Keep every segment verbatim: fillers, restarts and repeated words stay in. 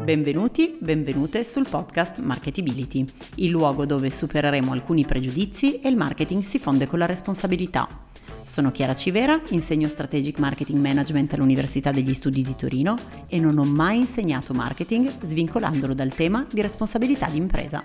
Benvenuti, benvenute sul podcast Marketability, il luogo dove supereremo alcuni pregiudizi e il marketing si fonde con la responsabilità. Sono Chiara Civera, insegno Strategic Marketing Management all'Università degli Studi di Torino e non ho mai insegnato marketing svincolandolo dal tema di responsabilità di impresa.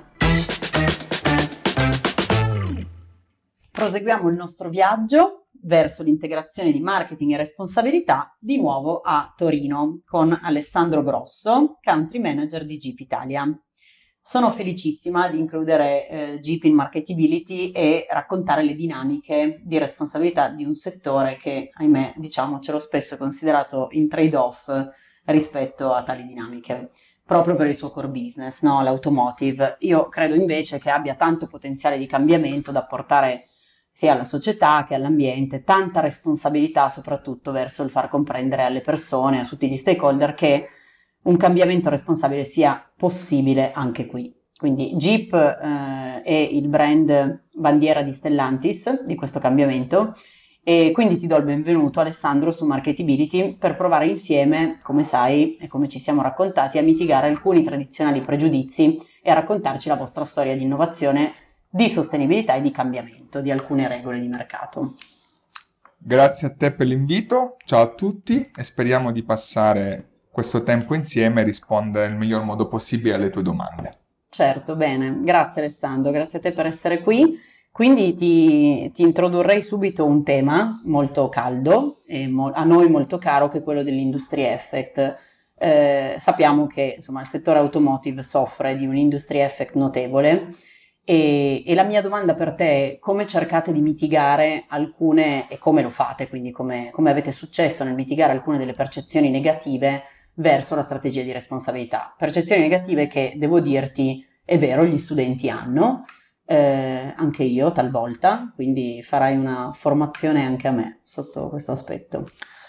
Proseguiamo il nostro viaggio verso l'integrazione di marketing e responsabilità di nuovo a Torino con Alessandro Grosso, Country Manager di Jeep Italia. Sono felicissima di includere eh, Jeep in Marketability e raccontare le dinamiche di responsabilità di un settore che, ahimè, diciamocelo, spesso è considerato in trade-off rispetto a tali dinamiche, proprio per il suo core business, no? L'automotive. Io credo invece che abbia tanto potenziale di cambiamento da portare sia alla società che all'ambiente, tanta responsabilità soprattutto verso il far comprendere alle persone, a tutti gli stakeholder che un cambiamento responsabile sia possibile anche qui. Quindi Jeep eh, è il brand bandiera di Stellantis di questo cambiamento e quindi ti do il benvenuto Alessandro su Marketability per provare insieme, come sai e come ci siamo raccontati, a mitigare alcuni tradizionali pregiudizi e a raccontarci la vostra storia di innovazione, di sostenibilità e di cambiamento di alcune regole di mercato. Grazie a te per l'invito, ciao a tutti e speriamo di passare questo tempo insieme e rispondere nel miglior modo possibile alle tue domande. Certo, bene, grazie Alessandro, grazie a te per essere qui. Quindi ti, ti introdurrei subito un tema molto caldo e mo- a noi molto caro, che è quello dell'industry effect. Eh, sappiamo che insomma il settore automotive soffre di un industry effect notevole. E, e la mia domanda per te è: come cercate di mitigare alcune, e come lo fate, quindi come, come avete successo nel mitigare alcune delle percezioni negative verso la strategia di responsabilità? Percezioni negative che, devo dirti, è vero, gli studenti hanno, eh, anche io talvolta, quindi farai una formazione anche a me sotto questo aspetto.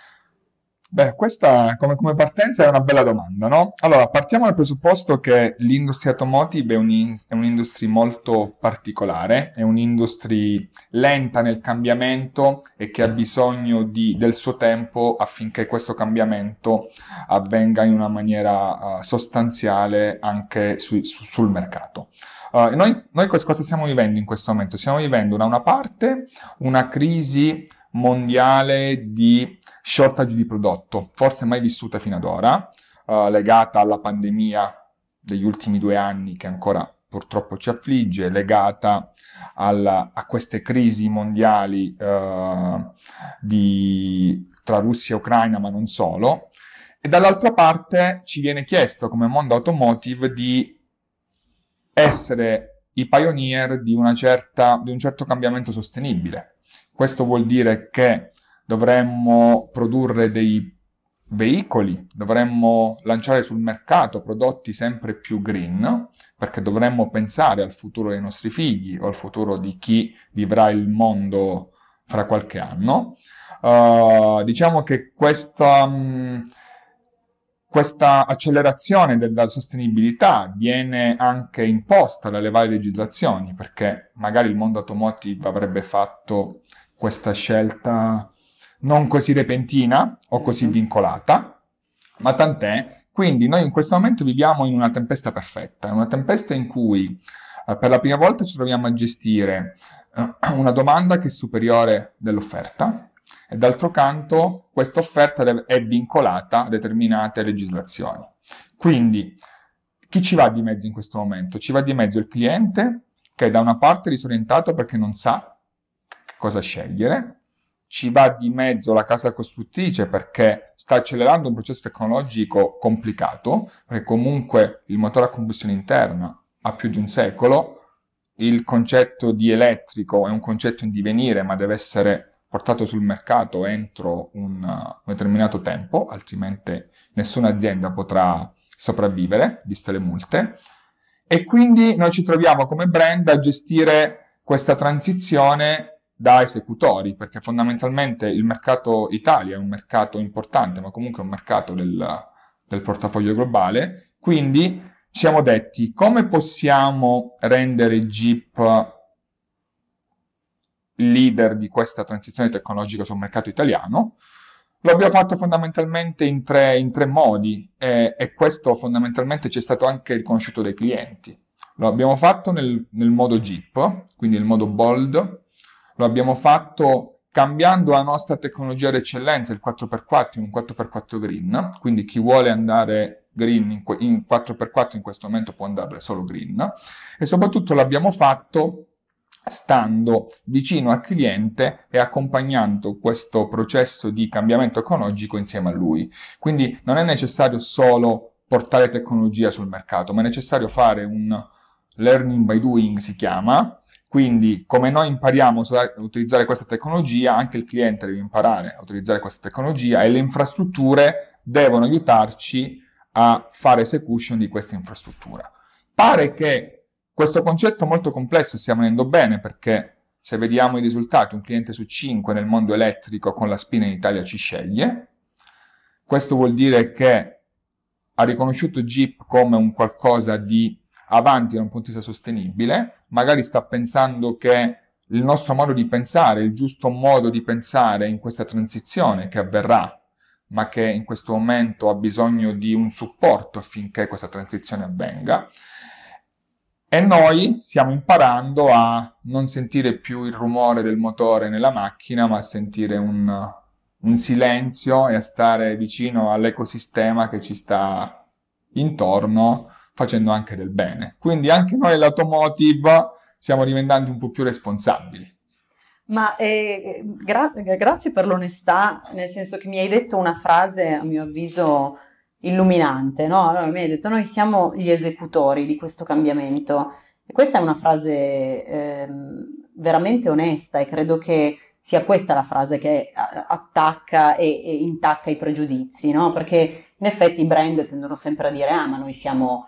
Beh, questa come, come partenza è una bella domanda, no? Allora, partiamo dal presupposto che l'industria automotive è, un, è un'industria molto particolare, è un'industria lenta nel cambiamento e che ha bisogno di, del suo tempo affinché questo cambiamento avvenga in una maniera uh, sostanziale anche su, su, sul mercato. Uh, noi, noi cosa stiamo vivendo in questo momento? Stiamo vivendo da una parte una crisi mondiale di shortage di prodotto, forse mai vissuta fino ad ora, uh, legata alla pandemia degli ultimi due anni che ancora purtroppo ci affligge, legata alla, a queste crisi mondiali uh, di, tra Russia e Ucraina, ma non solo, e dall'altra parte ci viene chiesto come mondo automotive di essere i pioneer di una certa, di un certo cambiamento sostenibile. Questo vuol dire che dovremmo produrre dei veicoli, dovremmo lanciare sul mercato prodotti sempre più green, perché dovremmo pensare al futuro dei nostri figli o al futuro di chi vivrà il mondo fra qualche anno. Uh, diciamo che questa, um, questa accelerazione della sostenibilità viene anche imposta dalle varie legislazioni, perché magari il mondo automotive avrebbe fatto questa scelta non così repentina o così vincolata, ma tant'è. Quindi noi in questo momento viviamo in una tempesta perfetta, una tempesta in cui eh, per la prima volta ci troviamo a gestire eh, una domanda che è superiore dell'offerta e d'altro canto questa offerta deve, è vincolata a determinate legislazioni. Quindi chi ci va di mezzo in questo momento? Ci va di mezzo il cliente, che da una parte è disorientato perché non sa cosa scegliere, ci va di mezzo la casa costruttrice perché sta accelerando un processo tecnologico complicato, perché comunque il motore a combustione interna ha più di un secolo, il concetto di elettrico è un concetto in divenire ma deve essere portato sul mercato entro un, un determinato tempo, altrimenti nessuna azienda potrà sopravvivere, viste le multe, e quindi noi ci troviamo come brand a gestire questa transizione da esecutori, perché fondamentalmente il mercato Italia è un mercato importante, ma comunque è un mercato del, del portafoglio globale, quindi ci siamo detti come possiamo rendere Jeep leader di questa transizione tecnologica sul mercato italiano. Lo abbiamo fatto fondamentalmente in tre, in tre modi e, e questo fondamentalmente ci è stato anche riconosciuto dai clienti. Lo abbiamo fatto nel, nel modo Jeep, quindi il modo bold, lo abbiamo fatto cambiando la nostra tecnologia d'eccellenza, il quattro per quattro, in un quattro per quattro green, quindi chi vuole andare green in, in quattro per quattro in questo momento può andare solo green, e soprattutto l'abbiamo fatto stando vicino al cliente e accompagnando questo processo di cambiamento ecologico insieme a lui. Quindi non è necessario solo portare tecnologia sul mercato, ma è necessario fare un learning by doing, si chiama. Quindi, come noi impariamo a utilizzare questa tecnologia, anche il cliente deve imparare a utilizzare questa tecnologia e le infrastrutture devono aiutarci a fare execution di questa infrastruttura. Pare che questo concetto molto complesso stia venendo bene, perché se vediamo i risultati, un cliente su cinque nel mondo elettrico con la spina in Italia ci sceglie. Questo vuol dire che ha riconosciuto Jeep come un qualcosa di avanti da un punto di vista sostenibile, magari sta pensando che il nostro modo di pensare, il giusto modo di pensare in questa transizione che avverrà, ma che in questo momento ha bisogno di un supporto affinché questa transizione avvenga. E noi stiamo imparando a non sentire più il rumore del motore nella macchina, ma a sentire un, un silenzio e a stare vicino all'ecosistema che ci sta intorno, facendo anche del bene. Quindi anche noi l'automotive stiamo diventando un po' più responsabili. Ma eh, gra- grazie per l'onestà, nel senso che mi hai detto una frase, a mio avviso, illuminante, no? Allora, mi hai detto, noi siamo gli esecutori di questo cambiamento. E questa è una frase eh, veramente onesta, e credo che sia questa la frase che attacca e, e intacca i pregiudizi, no? Perché in effetti i brand tendono sempre a dire, ah, ma noi siamo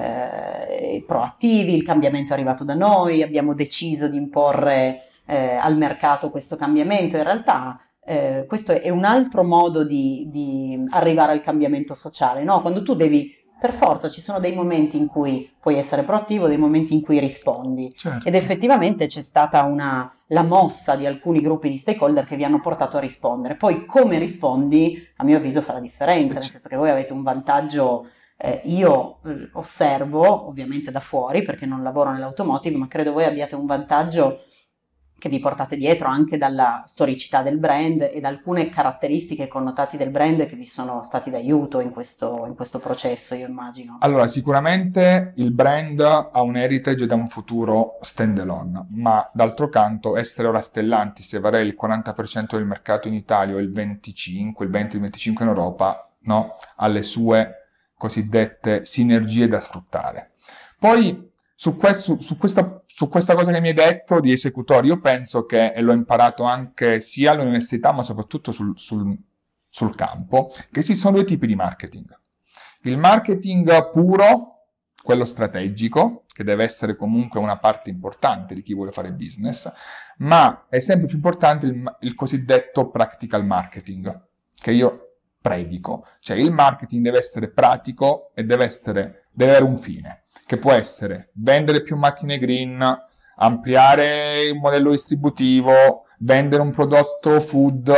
eh, proattivi, il cambiamento è arrivato da noi, abbiamo deciso di imporre eh, al mercato questo cambiamento. In realtà Eh, questo è un altro modo di, di arrivare al cambiamento sociale, no? Quando tu devi, per forza, ci sono dei momenti in cui puoi essere proattivo, dei momenti in cui rispondi. Certo. Ed effettivamente c'è stata una, la mossa di alcuni gruppi di stakeholder che vi hanno portato a rispondere. Poi come rispondi, a mio avviso, fa la differenza, nel senso che voi avete un vantaggio. Eh, io eh, osservo, ovviamente da fuori, perché non lavoro nell'automotive, ma credo voi abbiate un vantaggio che vi portate dietro anche dalla storicità del brand e da alcune caratteristiche e connotati del brand che vi sono stati d'aiuto in questo, in questo processo, io immagino. Allora, sicuramente il brand ha un heritage ed ha un futuro stand-alone, ma d'altro canto essere ora Stellantis e avere il quaranta per cento del mercato in Italia o il venticinque, il venti, il venticinque in Europa, no? Ha le sue cosiddette sinergie da sfruttare. Poi Su, questo, su, questa, su questa cosa che mi hai detto di esecutori, io penso che, e l'ho imparato anche sia all'università ma soprattutto sul, sul, sul campo, che ci sono due tipi di marketing. Il marketing puro, quello strategico, che deve essere comunque una parte importante di chi vuole fare business, ma è sempre più importante il, il cosiddetto practical marketing, che io predico. Cioè il marketing deve essere pratico e deve, essere, deve avere un fine, che può essere vendere più macchine green, ampliare il modello distributivo, vendere un prodotto food,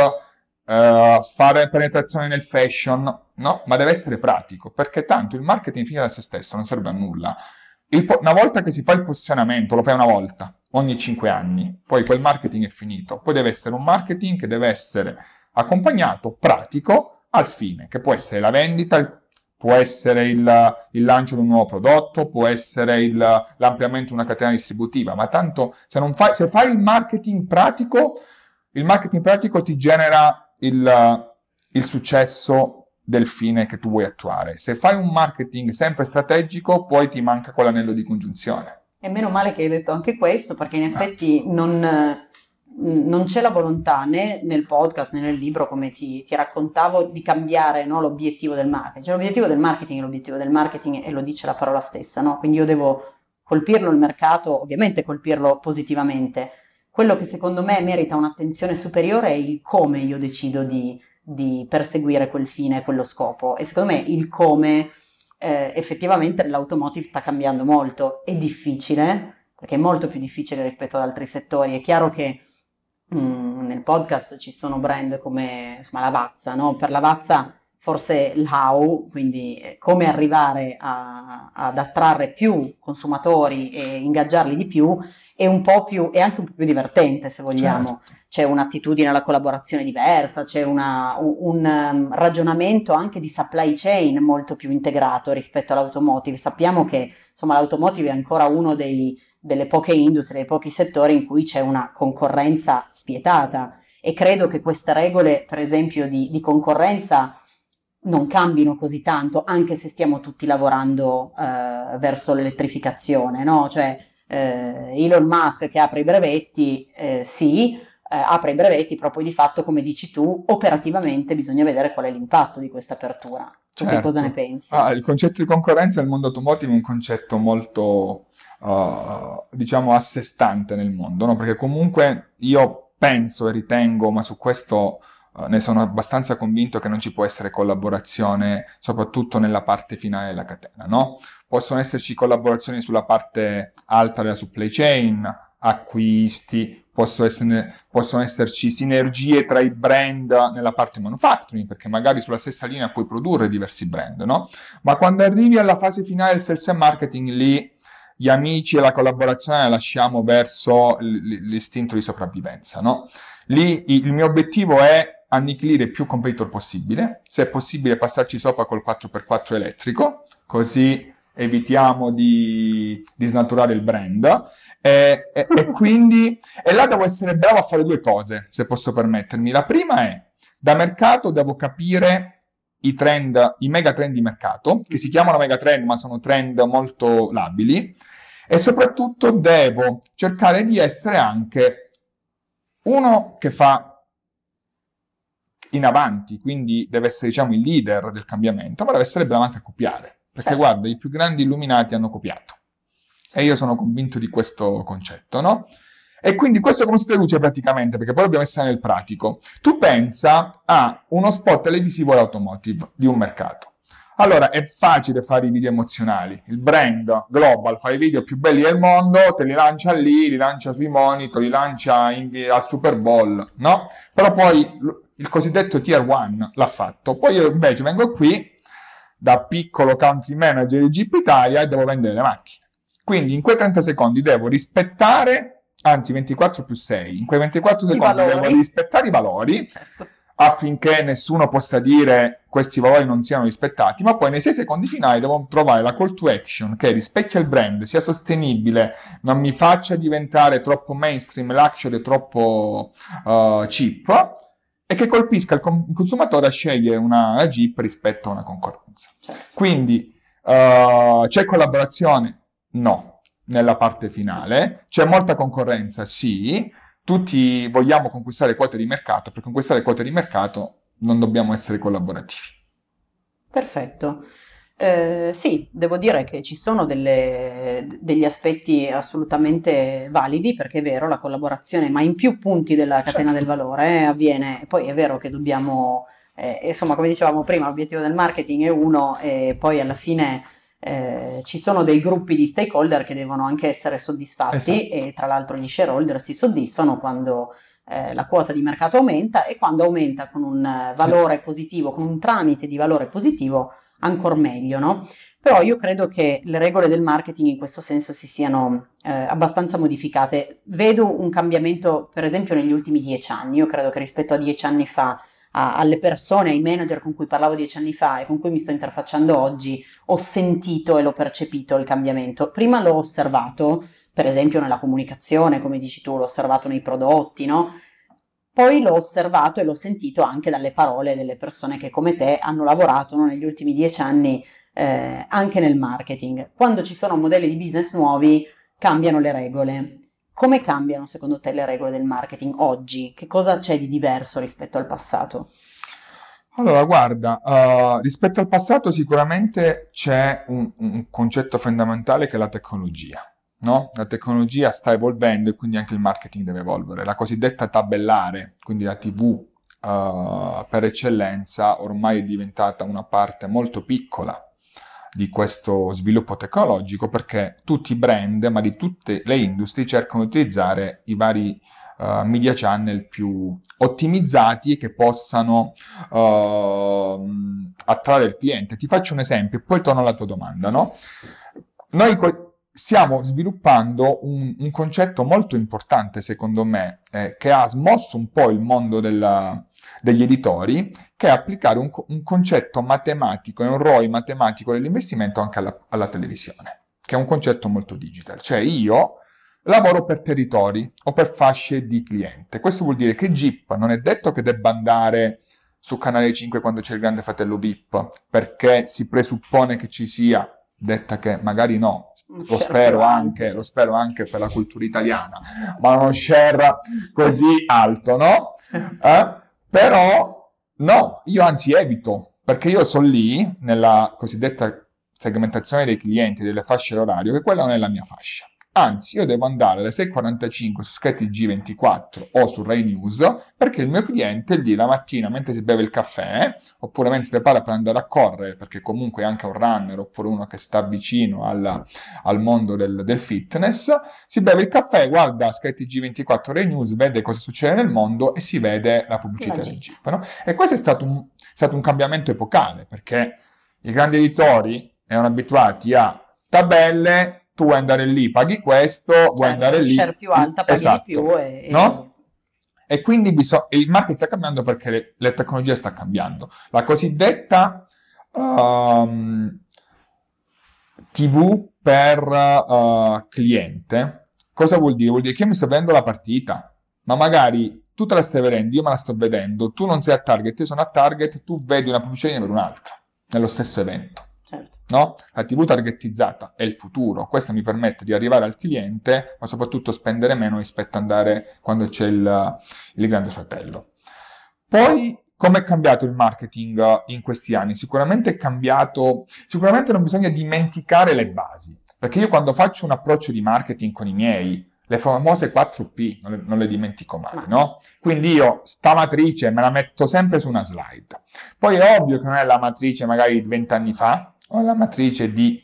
eh, fare penetrazione nel fashion, no? Ma deve essere pratico, perché tanto il marketing fine da se stesso non serve a nulla. Il po- una volta che si fa il posizionamento, lo fai una volta, ogni cinque anni, poi quel marketing è finito. Poi deve essere un marketing che deve essere accompagnato, pratico, al fine, che può essere la vendita, il può essere il, il lancio di un nuovo prodotto, può essere il, l'ampliamento di una catena distributiva, ma tanto se non fai, se fai il marketing pratico, il marketing pratico ti genera il, il successo del fine che tu vuoi attuare. Se fai un marketing sempre strategico, poi ti manca quell'anello di congiunzione. E meno male che hai detto anche questo, perché in effetti non... non c'è la volontà né nel podcast né nel libro, come ti, ti raccontavo, di cambiare, no, l'obiettivo del marketing. Cioè, l'obiettivo del marketing è l'obiettivo del marketing e lo dice la parola stessa, no? Quindi io devo colpirlo il mercato, ovviamente colpirlo positivamente. Quello che secondo me merita un'attenzione superiore è il come io decido di, di perseguire quel fine, quello scopo. E secondo me il come eh, effettivamente nell'automotive sta cambiando molto. È difficile, perché è molto più difficile rispetto ad altri settori. È chiaro che mh, nel podcast ci sono brand come insomma, Lavazza, no? Per Lavazza forse l'how, quindi come arrivare a, ad attrarre più consumatori e ingaggiarli di più, è un po' più, è anche un po' più divertente se vogliamo. Certo. C'è un'attitudine alla collaborazione diversa, c'è una, un, un um, ragionamento anche di supply chain molto più integrato rispetto all'automotive. Sappiamo che insomma l'automotive è ancora uno dei, delle poche industrie, dei pochi settori in cui c'è una concorrenza spietata, e credo che queste regole, per esempio, di, di concorrenza non cambino così tanto, anche se stiamo tutti lavorando eh, verso l'elettrificazione, no? Cioè eh, Elon Musk che apre i brevetti, eh, sì, eh, apre i brevetti, però poi di fatto, come dici tu, operativamente bisogna vedere qual è l'impatto di questa apertura. Tu Certo. che cosa ne pensi? Ah, il concetto di concorrenza nel mondo automotive è un concetto molto, uh, diciamo, a sé stante nel mondo, no? Perché comunque io penso e ritengo, ma su questo uh, ne sono abbastanza convinto, che non ci può essere collaborazione, soprattutto nella parte finale della catena, no? Possono esserci collaborazioni sulla parte alta della supply chain, acquisti, possono, esserne, possono esserci sinergie tra i brand nella parte manufacturing, perché magari sulla stessa linea puoi produrre diversi brand, no? Ma quando arrivi alla fase finale del sales and marketing, lì gli amici e la collaborazione la lasciamo verso l- l'istinto di sopravvivenza, no? Lì il mio obiettivo è annichilire il più competitor possibile, se è possibile passarci sopra col quattro per quattro elettrico, così evitiamo di, di snaturare il brand, e, e, e quindi e là devo essere bravo a fare due cose, se posso permettermi. La prima è, da mercato devo capire i trend, i mega trend di mercato, che si chiamano mega trend ma sono trend molto labili, e soprattutto devo cercare di essere anche uno che fa in avanti, quindi deve essere, diciamo, il leader del cambiamento, ma deve essere bravo anche a copiare. Perché certo, guarda, i più grandi illuminati hanno copiato. E io sono convinto di questo concetto, no? E quindi questo come si traduce praticamente? Perché poi dobbiamo essere nel pratico. Tu pensa a uno spot televisivo all'automotive di un mercato. Allora, è facile fare i video emozionali. Il brand global fa i video più belli del mondo, te li lancia lì, li lancia sui monitor, li lancia in, al Super Bowl, no? Però poi il cosiddetto tier one l'ha fatto. Poi io invece vengo qui da piccolo country manager di Jeep Italia e devo vendere le macchine. Quindi in quei trenta secondi devo rispettare, anzi ventiquattro più sei, in quei ventiquattro I secondi valori. devo rispettare i valori, Certo, affinché nessuno possa dire questi valori non siano rispettati, ma poi nei sei secondi finali devo trovare la call to action che rispecchia il brand, sia sostenibile, non mi faccia diventare troppo mainstream, luxury, troppo uh, cheap, e che colpisca il, com- il consumatore a scegliere una, una Jeep rispetto a una concorrenza. certo. Quindi uh, c'è collaborazione? No, nella parte finale. C'è molta concorrenza? Sì. Tutti vogliamo conquistare quote di mercato, per conquistare quote di mercato non dobbiamo essere collaborativi. Perfetto. Eh, sì, devo dire che ci sono delle- degli aspetti assolutamente validi, perché è vero, la collaborazione, ma in più punti della catena Certo. del valore, eh, avviene. Poi è vero che dobbiamo, eh, insomma, come dicevamo prima, l'obiettivo del marketing è uno, e poi alla fine eh, ci sono dei gruppi di stakeholder che devono anche essere soddisfatti, Esatto. e tra l'altro gli shareholder si soddisfano quando eh, la quota di mercato aumenta, e quando aumenta con un eh, valore positivo, con un tramite di valore positivo, ancor meglio, no? Però io credo che le regole del marketing in questo senso si siano eh, abbastanza modificate. Vedo un cambiamento, per esempio, negli ultimi dieci anni. Io credo che rispetto a dieci anni fa, a, alle persone, ai manager con cui parlavo dieci anni fa e con cui mi sto interfacciando oggi, ho sentito e l'ho percepito il cambiamento. Prima l'ho osservato, per esempio nella comunicazione, come dici tu, l'ho osservato nei prodotti, no? Poi l'ho osservato e l'ho sentito anche dalle parole delle persone che come te hanno lavorato, no, negli ultimi dieci anni eh, anche nel marketing. Quando ci sono modelli di business nuovi, cambiano le regole. Come cambiano secondo te le regole del marketing oggi? Che cosa c'è di diverso rispetto al passato? Allora, guarda, uh, rispetto al passato sicuramente c'è un, un concetto fondamentale che è la tecnologia. No? La tecnologia sta evolvendo e quindi anche il marketing deve evolvere. La cosiddetta tabellare, quindi la tivù uh, per eccellenza, ormai è diventata una parte molto piccola di questo sviluppo tecnologico, perché tutti i brand, ma di tutte le industrie, cercano di utilizzare i vari uh, media channel più ottimizzati che possano uh, attrarre il cliente. Ti faccio un esempio e poi torno alla tua domanda, no? Noi stiamo sviluppando un, un concetto molto importante, secondo me, eh, che ha smosso un po' il mondo della, degli editori, che è applicare un, un concetto matematico e un R O I matematico dell'investimento anche alla, alla televisione, che è un concetto molto digital. Cioè io lavoro per territori o per fasce di cliente. Questo vuol dire che G I P non è detto che debba andare su Canale cinque quando c'è il Grande Fratello V I P, perché si presuppone che ci sia, detta che magari no, lo spero anche, lo spero anche per la cultura italiana, ma uno share così alto, no? Eh? Però no, io anzi evito, perché io sono lì nella cosiddetta segmentazione dei clienti, delle fasce orarie, che quella non è la mia fascia. Anzi, io devo andare alle sei e quarantacinque su Sky T G ventiquattro o su Rai News, perché il mio cliente è lì la mattina mentre si beve il caffè, oppure mentre si prepara per andare a correre, perché comunque è anche un runner, oppure uno che sta vicino al, al mondo del, del fitness, si beve il caffè, guarda Sky T G ventiquattro Rai News, vede cosa succede nel mondo e si vede la pubblicità del G I P, no? E questo è stato un, stato un cambiamento epocale, perché i grandi editori erano abituati a tabelle. Tu vuoi andare lì, paghi questo, vuoi certo, andare lì... share più alta, paghi esatto, di più e... no? E quindi bisog- il marketing sta cambiando perché le, le tecnologie sta cambiando. La cosiddetta um, T V per uh, cliente, cosa vuol dire? Vuol dire che io mi sto vedendo la partita, ma magari tu te la stai vedendo, io me la sto vedendo, tu non sei a target, io sono a target, tu vedi una pubblicità per un'altra, nello stesso evento. Certo. No? La T V targetizzata è il futuro, questo mi permette di arrivare al cliente, ma soprattutto spendere meno rispetto ad andare quando c'è il, il Grande Fratello. Poi, come è cambiato il marketing in questi anni? Sicuramente è cambiato, sicuramente non bisogna dimenticare le basi, perché io quando faccio un approccio di marketing con i miei, le famose quattro P, non le, non le dimentico mai, no? Quindi io sta matrice me la metto sempre su una slide. Poi è ovvio che non è la matrice magari di vent'anni fa, o la matrice di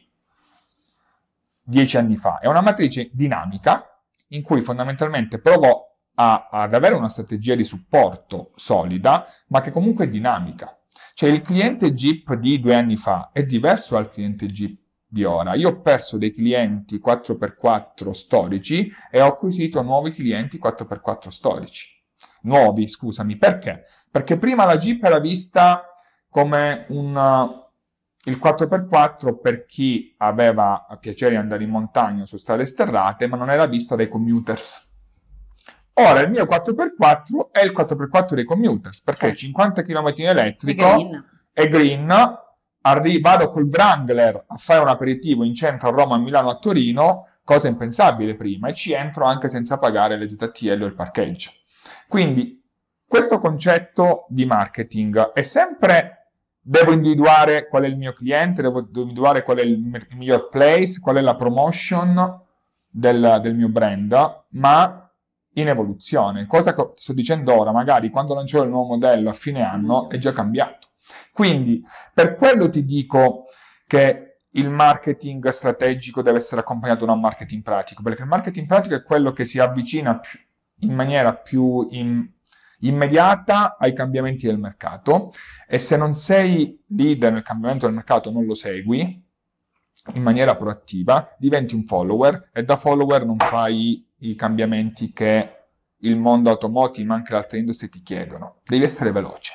dieci anni fa. È una matrice dinamica in cui fondamentalmente provo a, ad avere una strategia di supporto solida, ma che comunque è dinamica. Cioè il cliente G I P di due anni fa è diverso dal cliente G I P di ora. Io ho perso dei clienti quattro per quattro storici e ho acquisito nuovi clienti quattro per quattro storici. Nuovi, scusami. Perché? Perché prima la G I P era vista come un... il quattro per quattro per chi aveva piacere di andare in montagna su strade sterrate, ma non era visto dai commuters. Ora il mio quattro per quattro è il quattro per quattro dei commuters, perché okay. cinquanta chilometri in elettrico green. È green, arri- vado col Wrangler a fare un aperitivo in centro a Roma, a Milano, a Torino, cosa impensabile prima, e ci entro anche senza pagare le Z T L o il parcheggio. Quindi questo concetto di marketing è sempre... Devo individuare qual è il mio cliente, devo, devo individuare qual è il, il miglior place, qual è la promotion del, del mio brand, ma in evoluzione. Cosa che sto dicendo ora, magari quando lancerò il nuovo modello a fine anno è già cambiato. Quindi, per quello ti dico che il marketing strategico deve essere accompagnato da un marketing pratico, perché il marketing pratico è quello che si avvicina più, in maniera più... In, immediata ai cambiamenti del mercato, e se non sei leader nel cambiamento del mercato, non lo segui in maniera proattiva, diventi un follower, e da follower non fai i cambiamenti che il mondo automotive ma anche le altre industrie ti chiedono. Devi essere veloce.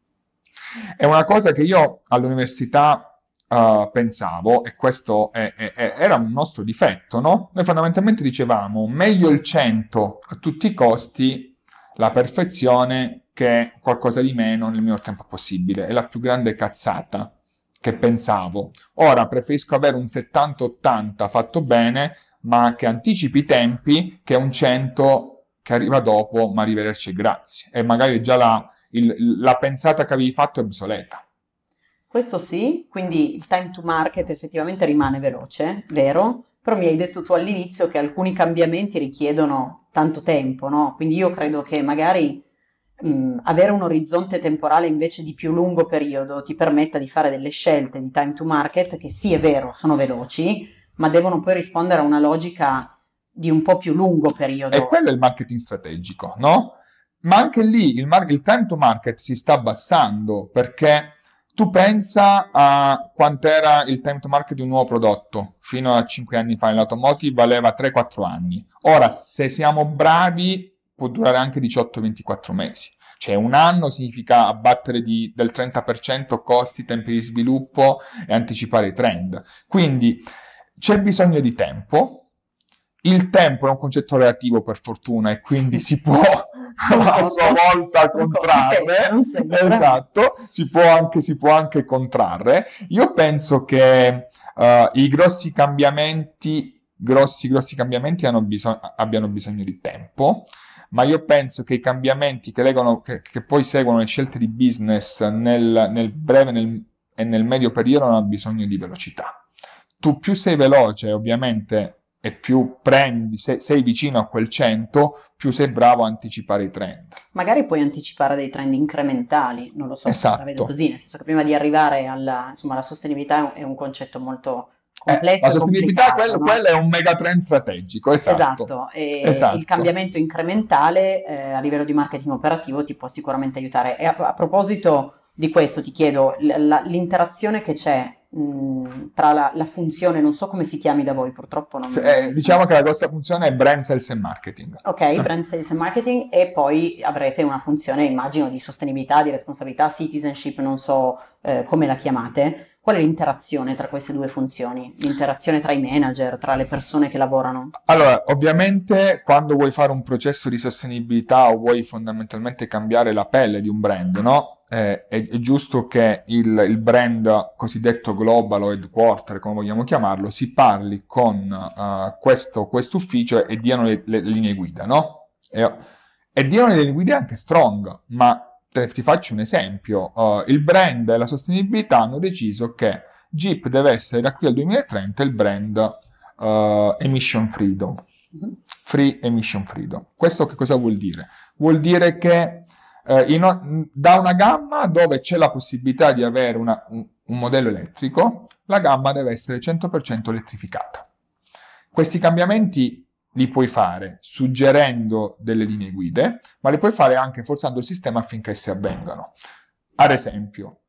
È una cosa che io all'università uh, pensavo, e questo è, è, è, era un nostro difetto, no? Noi fondamentalmente dicevamo meglio il cento a tutti i costi, la perfezione, che qualcosa di meno nel minor tempo possibile. È la più grande cazzata che pensavo. Ora preferisco avere un settanta ottanta fatto bene, ma che anticipi i tempi, che un cento che arriva dopo, ma arrivederci e grazie. E magari già la, il, la pensata che avevi fatto è obsoleta. Questo sì, quindi il time to market effettivamente rimane veloce, vero? Però mi hai detto tu all'inizio che alcuni cambiamenti richiedono tanto tempo, no? Quindi io credo che magari mh, avere un orizzonte temporale invece di più lungo periodo ti permetta di fare delle scelte di time to market che sì, è vero, sono veloci, ma devono poi rispondere a una logica di un po' più lungo periodo. E quello è il marketing strategico, no? Ma anche lì il, mar- il time to market si sta abbassando, perché tu pensa a quant'era il time to market di un nuovo prodotto. Fino a cinque anni fa nell'automotive valeva tre quattro anni. Ora, se siamo bravi, può durare anche diciotto ventiquattro mesi. Cioè un anno significa abbattere di, del trenta per cento costi, tempi di sviluppo e anticipare i trend. Quindi c'è bisogno di tempo. Il tempo è un concetto relativo, per fortuna, e quindi si può a sua volta contrarre. Esatto, si può anche, si può anche contrarre. Io penso che uh, i grossi cambiamenti, grossi, grossi cambiamenti hanno bisog- abbiano bisogno di tempo, ma io penso che i cambiamenti che, legano, che, che poi seguono le scelte di business nel, nel breve nel, e nel medio periodo hanno bisogno di velocità. Tu più sei veloce, ovviamente, e più prendi, sei, sei vicino a quel cento, più sei bravo a anticipare i trend. Magari puoi anticipare dei trend incrementali, non lo so, esatto. La vedo così, nel senso che prima di arrivare alla, insomma, la sostenibilità è un, è un concetto molto complesso. Eh, la sostenibilità, quello, no? quello è un megatrend strategico, esatto. Esatto, e esatto. Il cambiamento incrementale eh, a livello di marketing operativo ti può sicuramente aiutare. E a, a proposito di questo ti chiedo, l- la, l'interazione che c'è mh, tra la, la funzione, non so come si chiami da voi purtroppo. Non Se, eh, diciamo che la vostra funzione è brand sales and marketing. Ok, brand sales and marketing, e poi avrete una funzione, immagino, di sostenibilità, di responsabilità, citizenship, non so eh, come la chiamate. Qual è l'interazione tra queste due funzioni? L'interazione tra i manager, tra le persone che lavorano? Allora, ovviamente quando vuoi fare un processo di sostenibilità o vuoi fondamentalmente cambiare la pelle di un brand, no? Eh, è, è giusto che il, il brand cosiddetto global o headquarter, come vogliamo chiamarlo, si parli con uh, questo questo ufficio e diano le, le linee guida, no? E, e diano le linee guida anche strong, ma te, ti faccio un esempio. Uh, il brand e la sostenibilità hanno deciso che Jeep deve essere da qui al duemilatrenta il brand uh, emission freedom. Free emission freedom. Questo che cosa vuol dire? Vuol dire che uh, in, da una gamma dove c'è la possibilità di avere una, un, un modello elettrico, la gamma deve essere cento per cento elettrificata. Questi cambiamenti li puoi fare suggerendo delle linee guide, ma li puoi fare anche forzando il sistema affinché si avvengano. Ad esempio,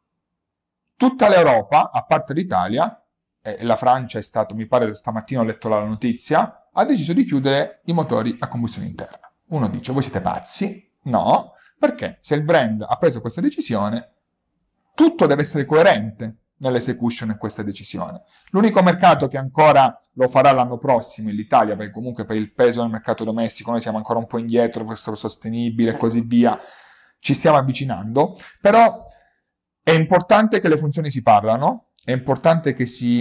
tutta l'Europa, a parte l'Italia, e la Francia è stato, mi pare stamattina ho letto la notizia, ha deciso di chiudere i motori a combustione interna. Uno dice, voi siete pazzi? No, perché se il brand ha preso questa decisione, tutto deve essere coerente nell'execution e questa decisione. L'unico mercato che ancora lo farà l'anno prossimo è l'Italia, perché comunque per il peso del mercato domestico noi siamo ancora un po' indietro, questo sostenibile e così via, ci stiamo avvicinando, però è importante che le funzioni si parlano, è importante che si,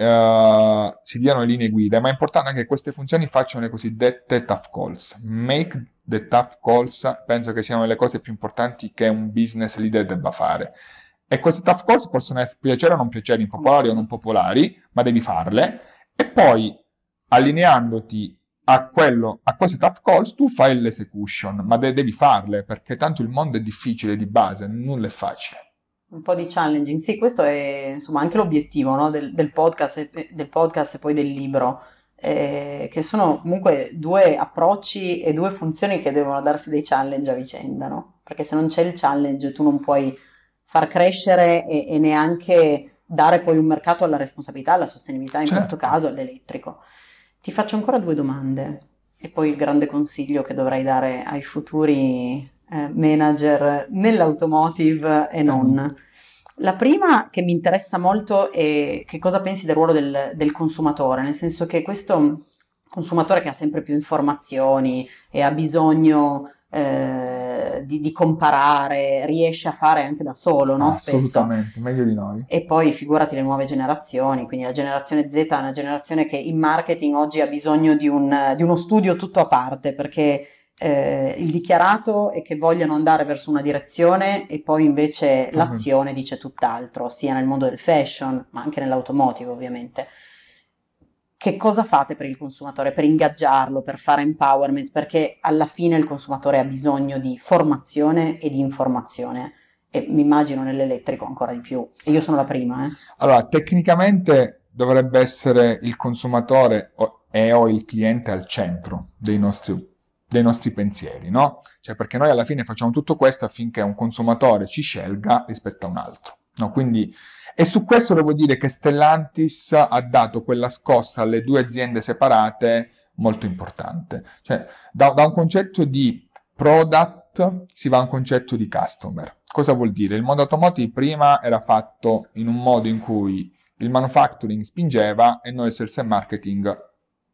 uh, si diano le linee guida, ma è importante anche che queste funzioni facciano le cosiddette tough calls. Make the tough calls, penso che siano le cose più importanti che un business leader debba fare. E queste tough calls possono essere piacere o non piacere, impopolari o non popolari, ma devi farle. E poi, allineandoti a quello, a queste tough calls, tu fai l'execution, ma de- devi farle, perché tanto il mondo è difficile di base, nulla è facile. Un po' di challenging, sì, questo è insomma anche l'obiettivo, no, del, del podcast, e- del podcast e poi del libro, eh, che sono comunque due approcci e due funzioni che devono darsi dei challenge a vicenda, no? Perché se non c'è il challenge tu non puoi far crescere e, e neanche dare poi un mercato alla responsabilità, alla sostenibilità, in Certo. questo caso all'elettrico. Ti faccio ancora due domande e poi il grande consiglio che dovrai dare ai futuri eh, manager nell'automotive e non. La prima che mi interessa molto è che cosa pensi del ruolo del, del consumatore, nel senso che questo consumatore che ha sempre più informazioni e ha bisogno eh, di, di comparare, riesce a fare anche da solo, no? Assolutamente, Spesso. meglio di noi. E poi figurati le nuove generazioni, quindi la generazione Z è una generazione che in marketing oggi ha bisogno di, un, di uno studio tutto a parte, perché eh, il dichiarato è che vogliono andare verso una direzione e poi invece Mhm. l'azione dice tutt'altro, sia nel mondo del fashion, ma anche nell'automotive ovviamente. Che cosa fate per il consumatore, per ingaggiarlo, per fare empowerment? Perché alla fine il consumatore ha bisogno di formazione e di informazione, e mi immagino nell'elettrico ancora di più. E io sono la prima, eh. Allora, tecnicamente dovrebbe essere il consumatore, o e ho il cliente al centro dei nostri, dei nostri pensieri, no? Cioè, perché noi alla fine facciamo tutto questo affinché un consumatore ci scelga rispetto a un altro, no? Quindi, e su questo devo dire che Stellantis ha dato quella scossa alle due aziende separate molto importante. Cioè, da, da un concetto di product si va a un concetto di customer. Cosa vuol dire? Il mondo automotive prima era fatto in un modo in cui il manufacturing spingeva e noi il sales and marketing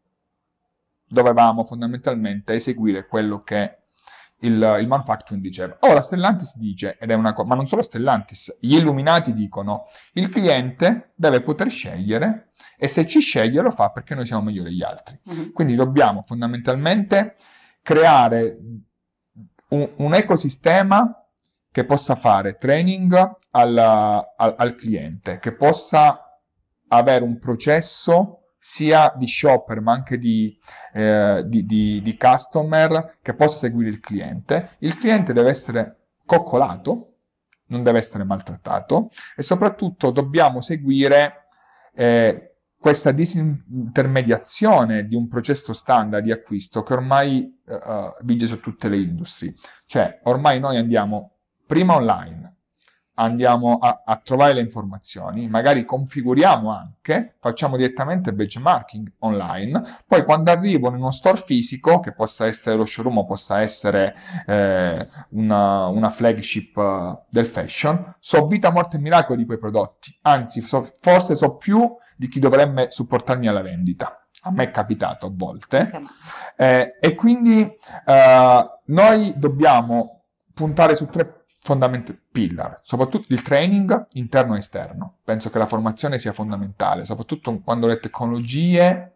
dovevamo fondamentalmente eseguire quello che il, il manufacturing diceva. Ora Stellantis dice, ed è una cosa, ma non solo Stellantis, gli illuminati dicono, il cliente deve poter scegliere e se ci sceglie lo fa perché noi siamo meglio degli altri. Mm-hmm. Quindi dobbiamo fondamentalmente creare un, un ecosistema che possa fare training al, al, al cliente, che possa avere un processo sia di shopper ma anche di, eh, di, di, di customer che possa seguire il cliente. Il cliente deve essere coccolato, non deve essere maltrattato e soprattutto dobbiamo seguire eh, questa disintermediazione di un processo standard di acquisto che ormai uh, vige su tutte le industrie. Cioè ormai noi andiamo prima online, andiamo a, a trovare le informazioni, magari configuriamo anche, facciamo direttamente benchmarking online, poi quando arrivo in uno store fisico, che possa essere lo showroom o possa essere eh, una, una flagship uh, del fashion, so vita, morte e miracolo di quei prodotti, anzi so, forse so più di chi dovrebbe supportarmi alla vendita. A me è capitato a volte. Okay. Eh, e quindi uh, noi dobbiamo puntare su tre fondamental pillar, soprattutto il training interno e esterno. Penso che la formazione sia fondamentale, soprattutto quando le tecnologie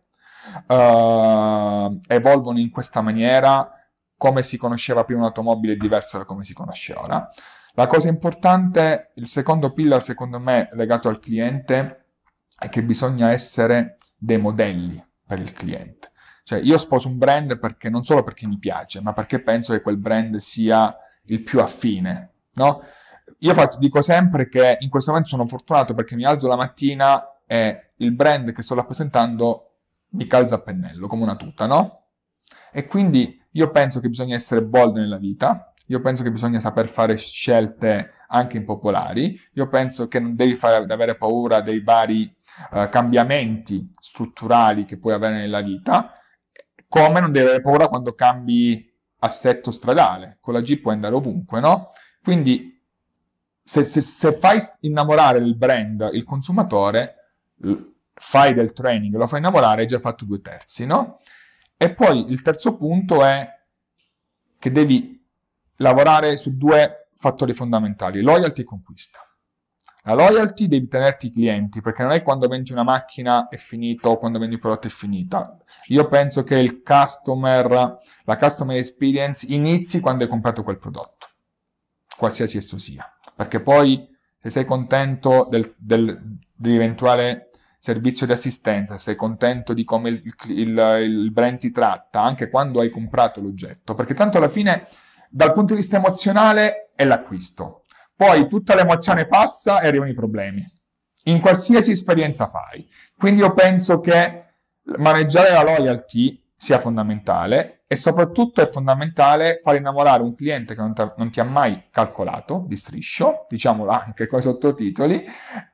uh, evolvono in questa maniera. Come si conosceva prima un'automobile è diversa da come si conosce ora. La cosa importante, il secondo pillar secondo me legato al cliente, è che bisogna essere dei modelli per il cliente. Cioè io sposo un brand perché non solo perché mi piace, ma perché penso che quel brand sia il più affine, no? Io faccio, dico sempre che in questo momento sono fortunato perché mi alzo la mattina e il brand che sto rappresentando mi calza a pennello, come una tuta, no? E quindi io penso che bisogna essere bold nella vita, io penso che bisogna saper fare scelte anche impopolari, io penso che non devi fare, avere paura dei vari uh, cambiamenti strutturali che puoi avere nella vita, come non devi avere paura quando cambi assetto stradale, con la Jeep puoi andare ovunque, no? Quindi se, se, se fai innamorare il brand, il consumatore, fai del training, lo fai innamorare, hai già fatto due terzi, no? E poi il terzo punto è che devi lavorare su due fattori fondamentali, loyalty e conquista. La loyalty devi tenerti i clienti, perché non è quando vendi una macchina è finito o quando vendi un prodotto è finita. Io penso che il customer, la customer experience inizi quando hai comprato quel prodotto, qualsiasi esso sia. Perché poi se sei contento del, del, dell'eventuale servizio di assistenza, sei contento di come il, il, il brand ti tratta, anche quando hai comprato l'oggetto, perché tanto alla fine dal punto di vista emozionale è l'acquisto. Poi tutta l'emozione passa e arrivano i problemi. In qualsiasi esperienza fai. Quindi io penso che maneggiare la loyalty sia fondamentale e soprattutto è fondamentale far innamorare un cliente che non, non ti ha mai calcolato di striscio, diciamolo anche con i sottotitoli,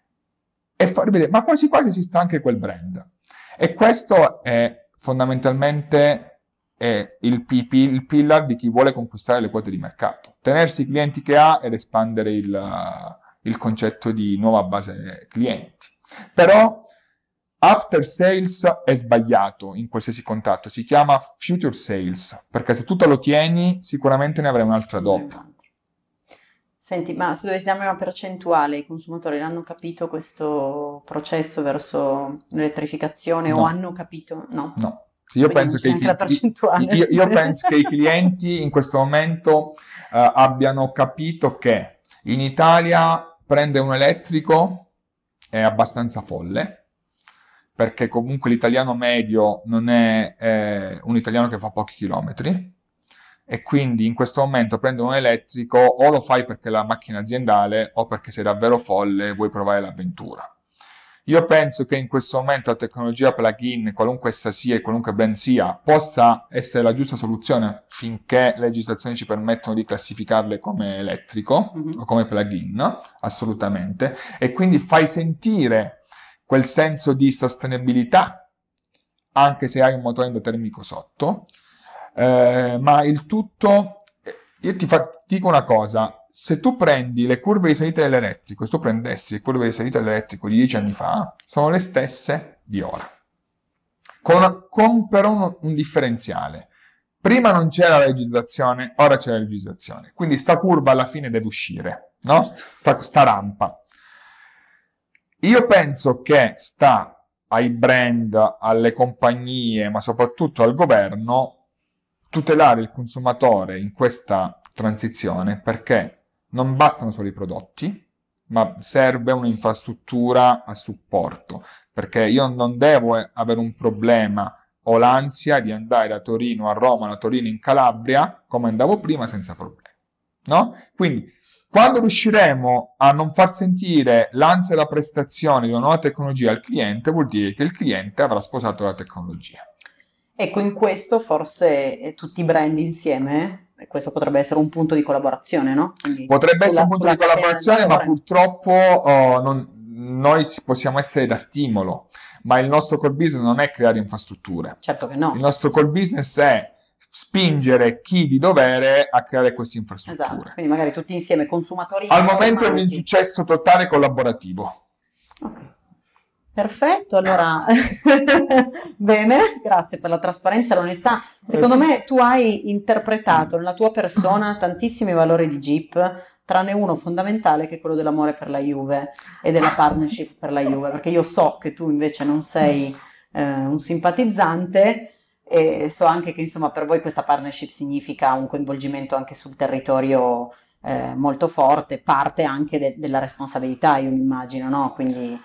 e far vedere, ma quasi quasi esiste anche quel brand. E questo è fondamentalmente è il, P P, il pillar di chi vuole conquistare le quote di mercato. Tenersi i clienti che ha ed espandere il, il concetto di nuova base clienti. Però after sales è sbagliato in qualsiasi contatto, si chiama future sales, perché se tu te lo tieni sicuramente ne avrai un'altra dopo. Senti, ma se dovessi darmi una percentuale, i consumatori hanno capito questo processo verso l'elettrificazione no. o hanno capito? No. No. Io penso, che i, io, io penso che i clienti in questo momento uh, abbiano capito che in Italia prendere un elettrico è abbastanza folle, perché comunque l'italiano medio non è eh, un italiano che fa pochi chilometri, e quindi in questo momento prendere un elettrico o lo fai perché la macchina è aziendale o perché sei davvero folle e vuoi provare l'avventura. Io penso che in questo momento la tecnologia plug-in, qualunque essa sia e qualunque brand sia, possa essere la giusta soluzione finché le legislazioni ci permettono di classificarle come elettrico mm-hmm. o come plug-in, assolutamente, e quindi fai sentire quel senso di sostenibilità anche se hai un motore endotermico sotto, eh, ma il tutto, io ti, fa, ti dico una cosa, se tu prendi le curve di salita dell'elettrico, se tu prendessi le curve di salita dell'elettrico di dieci anni fa, sono le stesse di ora. Con, con però un, un differenziale. Prima non c'era la legislazione, ora c'è la legislazione. Quindi sta curva alla fine deve uscire, no? Sta, sta rampa. Io penso che sta ai brand, alle compagnie, ma soprattutto al governo, tutelare il consumatore in questa transizione, perché non bastano solo i prodotti, ma serve un'infrastruttura a supporto, perché io non devo avere un problema o l'ansia di andare da Torino a Roma, da Torino in Calabria, come andavo prima, senza problemi, no? Quindi, quando riusciremo a non far sentire l'ansia e la prestazione di una nuova tecnologia al cliente, vuol dire che il cliente avrà sposato la tecnologia. Ecco, in questo forse eh, tutti i brand insieme... E questo potrebbe essere un punto di collaborazione, no? Quindi potrebbe essere un punto di collaborazione, ma purtroppo oh, non, noi possiamo essere da stimolo, ma il nostro core business non è creare infrastrutture. Certo che no. Il nostro core business è spingere chi di dovere a creare queste infrastrutture. Esatto, quindi magari tutti insieme, consumatori... Al momento è un insuccesso totale collaborativo. Ok. Perfetto, allora bene, grazie per la trasparenza e l'onestà. Secondo me tu hai interpretato nella tua persona tantissimi valori di Jeep, tranne uno fondamentale che è quello dell'amore per la Juve e della partnership per la Juve, perché io so che tu invece non sei eh, un simpatizzante e so anche che insomma per voi questa partnership significa un coinvolgimento anche sul territorio eh, molto forte, parte anche de- della responsabilità, io mi immagino, no? Quindi...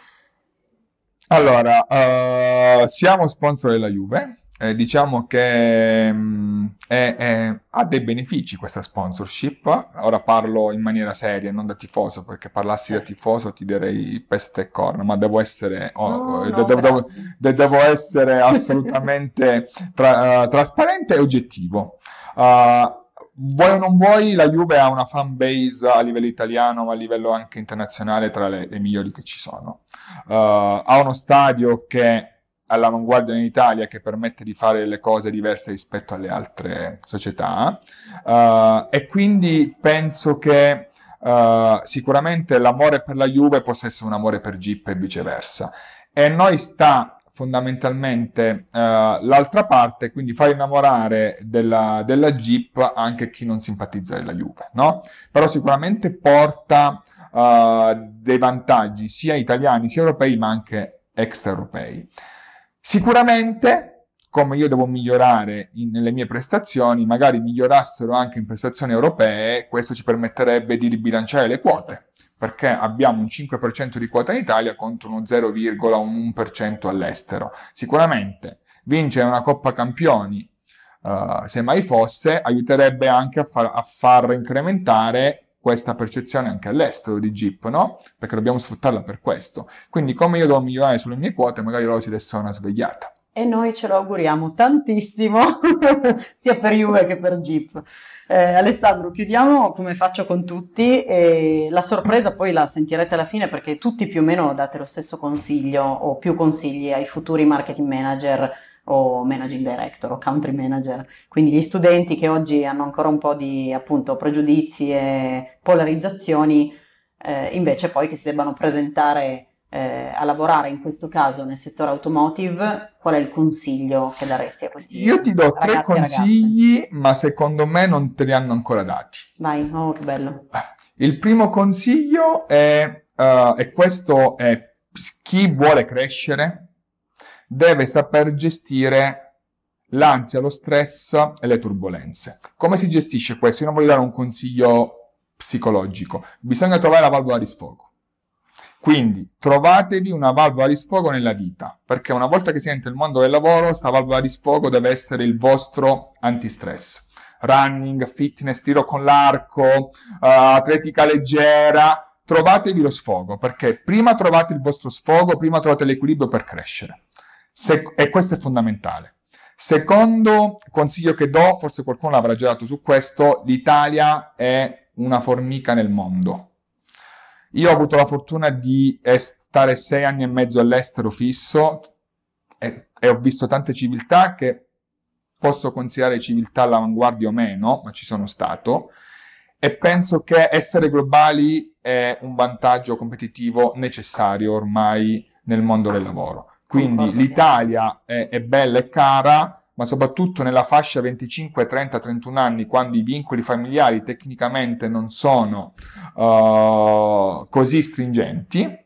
Allora, uh, siamo sponsor della Juve, eh, diciamo che mh, è, è, ha dei benefici questa sponsorship. Ora parlo in maniera seria, non da tifoso, perché parlassi da tifoso ti direi peste e corna, ma devo essere, oh, no, de- no, devo, devo, de- devo essere assolutamente tra- uh, trasparente e oggettivo. Uh, Vuoi o non vuoi, la Juve ha una fan base a livello italiano, ma a livello anche internazionale tra le, le migliori che ci sono. Uh, ha uno stadio che è all'avanguardia in Italia, che permette di fare le cose diverse rispetto alle altre società, uh, e quindi penso che uh, sicuramente l'amore per la Juve possa essere un amore per Jeep e viceversa. E a noi sta fondamentalmente uh, l'altra parte, quindi far innamorare della, della Jeep anche chi non simpatizza della Juve, no? Però sicuramente porta uh, dei vantaggi sia italiani sia europei, ma anche extraeuropei. Sicuramente, come io devo migliorare in, nelle mie prestazioni, magari migliorassero anche in prestazioni europee, questo ci permetterebbe di ribilanciare le quote, perché abbiamo un cinque per cento di quota in Italia contro uno zero virgola uno per cento all'estero. Sicuramente vincere una Coppa Campioni, uh, se mai fosse, aiuterebbe anche a far, a far incrementare questa percezione anche all'estero di Jeep, no? Perché dobbiamo sfruttarla per questo. Quindi come io devo migliorare sulle mie quote, magari loro si dessero una svegliata. E noi ce lo auguriamo tantissimo, sia per Juve che per Jeep. Eh, Alessandro, chiudiamo come faccio con tutti, e la sorpresa poi la sentirete alla fine, perché tutti più o meno date lo stesso consiglio o più consigli ai futuri marketing manager o managing director o country manager, quindi gli studenti che oggi hanno ancora un po' di appunto pregiudizi e polarizzazioni, eh, invece poi che si debbano presentare Eh, a lavorare in questo caso nel settore automotive, qual è il consiglio che daresti a questi Io ti do ragazzi tre consigli, ma secondo me non te li hanno ancora dati. Vai, oh che bello. Il primo consiglio è, uh, e questo è, chi vuole crescere deve saper gestire l'ansia, lo stress e le turbolenze. Come si gestisce questo? Io non voglio dare un consiglio psicologico, bisogna trovare la valvola di sfogo. Quindi trovatevi una valvola di sfogo nella vita, perché una volta che si entra nel mondo del lavoro, questa valvola di sfogo deve essere il vostro antistress. Running, fitness, tiro con l'arco, uh, atletica leggera, trovatevi lo sfogo, perché prima trovate il vostro sfogo, prima trovate l'equilibrio per crescere. Se- e questo è fondamentale. Secondo consiglio che do, forse qualcuno l'avrà già dato su questo, l'Italia è una formica nel mondo. Io ho avuto la fortuna di stare sei anni e mezzo all'estero fisso e, e ho visto tante civiltà che posso considerare civiltà all'avanguardia o meno, ma ci sono stato, e penso che essere globali è un vantaggio competitivo necessario ormai nel mondo del lavoro. Quindi l'Italia è, è bella e cara, ma soprattutto nella fascia venticinque, trenta, trentuno anni, quando i vincoli familiari tecnicamente non sono uh, così stringenti,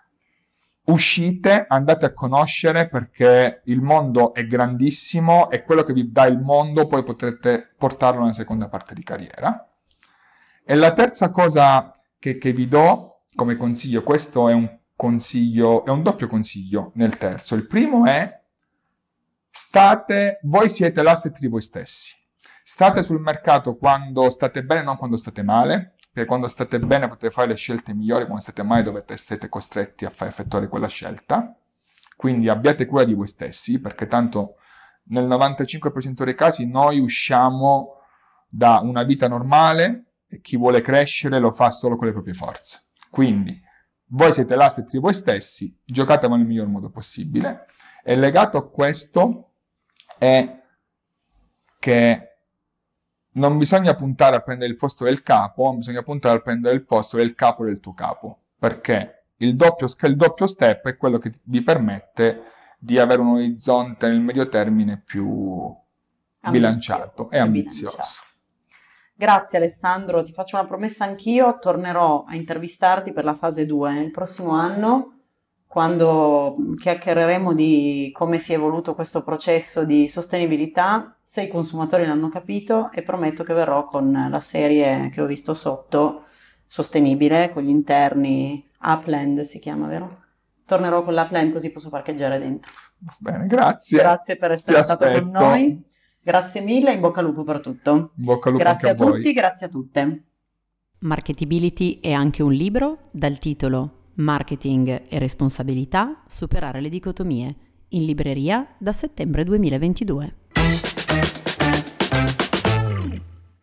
uscite, andate a conoscere, perché il mondo è grandissimo e quello che vi dà il mondo poi potrete portarlo nella seconda parte di carriera. E la terza cosa che, che vi do come consiglio, questo è un consiglio, è un doppio consiglio nel terzo. Il primo è: state, voi siete l'asset di voi stessi. State sul mercato quando state bene, non quando state male, perché quando state bene potete fare le scelte migliori, quando state male dovete essere costretti a fare effettuare quella scelta. Quindi abbiate cura di voi stessi, perché tanto nel novantacinque per cento dei casi noi usciamo da una vita normale e chi vuole crescere lo fa solo con le proprie forze. Quindi voi siete l'asset di voi stessi, giocatelo nel miglior modo possibile. E legato a questo è che non bisogna puntare a prendere il posto del capo, ma bisogna puntare a prendere il posto del capo del tuo capo, perché il doppio, il doppio step è quello che vi permette di avere un orizzonte nel medio termine più ambizioso, bilanciato e ambizioso. Bilanciato. Grazie Alessandro, ti faccio una promessa anch'io, tornerò a intervistarti per la fase due il prossimo anno, quando chiacchiereremo di come si è evoluto questo processo di sostenibilità, se i consumatori l'hanno capito, e prometto che verrò con la serie che ho visto sotto, sostenibile, con gli interni, Upland si chiama, vero? Tornerò con l'Upland così posso parcheggiare dentro. Bene, grazie. Grazie per essere stato con noi. Grazie mille, in bocca al lupo per tutto. In bocca al lupo grazie anche a, a tutti, grazie a tutte. Marketability è anche un libro dal titolo Marketing e responsabilità, superare le dicotomie, in libreria da settembre duemilaventidue.